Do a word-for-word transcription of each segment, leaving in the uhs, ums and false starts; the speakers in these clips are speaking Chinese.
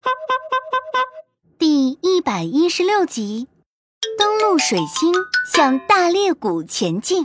第一百一十六集，登陆水星，向大裂谷前进。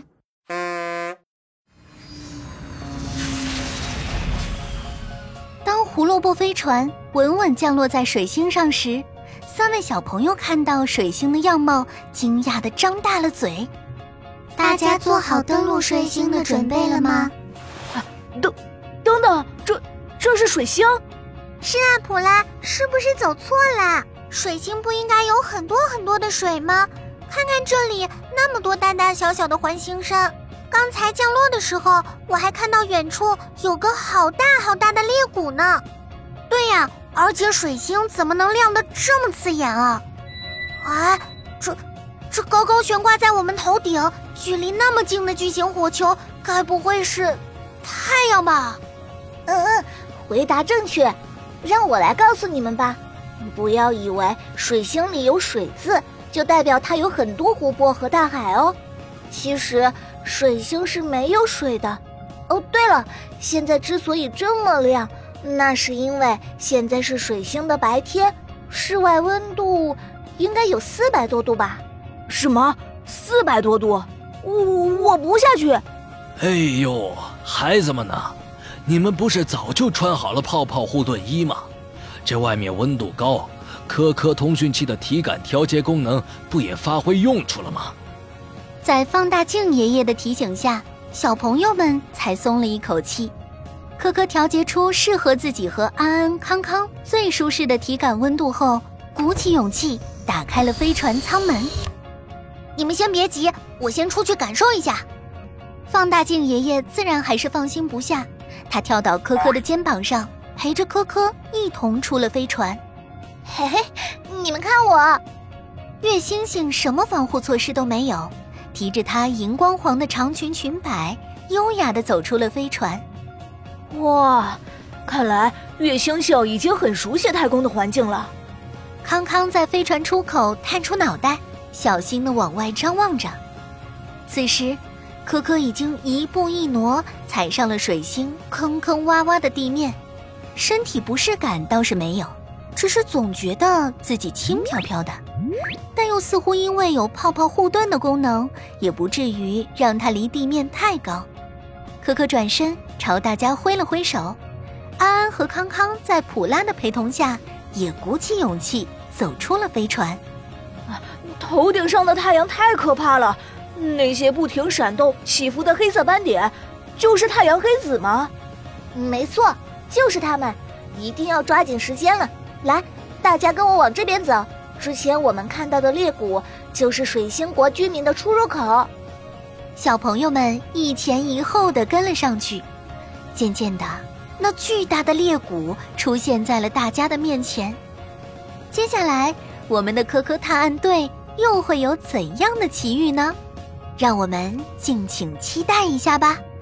当胡萝卜飞船稳稳降落在水星上时，三位小朋友看到水星的样貌，惊讶地张大了嘴。 大家做好登陆水星的准备了吗？ 啊、等等等，这这是水星？ 是啊，普拉，是不是走错了？水星不应该有很多很多的水吗？看看这里，那么多大大小小的环形山。刚才降落的时候，我还看到远处有个好大好大的裂谷呢。对呀，而且水星怎么能亮得这么刺眼啊？哎，这这高高悬挂在我们头顶，距离那么近的巨型火球，该不会是太阳吧？ 嗯嗯，回答正确，让我来告诉你们吧。不要以为水星里有水字，就代表它有很多湖泊和大海哦。其实水星是没有水的。哦，对了，现在之所以这么亮，那是因为现在是水星的白天，室外温度应该有四百多度吧？ 什么？四百多度？我我不下去。 哎呦，孩子们呢？你们不是早就穿好了泡泡护盾衣吗？这外面温度高，科科通讯器的体感调节功能不也发挥用处了吗？ 在放大镜爷爷的提醒下，小朋友们才松了一口气。科科调节出适合自己和安安、康康最舒适的体感温度后，鼓起勇气打开了飞船舱门。 你们先别急，我先出去感受一下。 放大镜爷爷自然还是放心不下，他跳到科科的肩膀上，陪着科科一同出了飞船。 嘿嘿，你们看我！ 月星星什么防护措施都没有，提着她荧光黄的长裙裙摆，优雅地走出了飞船。 哇，看来月星星已经很熟悉太空的环境了。 康康在飞船出口探出脑袋，小心地往外张望着。此时科科已经一步一挪踩上了水星坑坑洼洼的地面，身体不适感倒是没有，只是总觉得自己轻飘飘的，但又似乎因为有泡泡护盾的功能，也不至于让它离地面太高。科科转身朝大家挥了挥手，安安和康康在普拉的陪同下也鼓起勇气走出了飞船。 啊，头顶上的太阳太可怕了，那些不停闪动起伏的黑色斑点就是太阳黑子吗？ 没错，就是它们，一定要抓紧时间了。来，大家跟我往这边走，之前我们看到的裂谷就是水星国居民的出入口。 小朋友们一前一后地跟了上去，渐渐的，那巨大的裂谷出现在了大家的面前。接下来我们的科科探案队又会有怎样的奇遇呢？让我们敬请期待一下吧。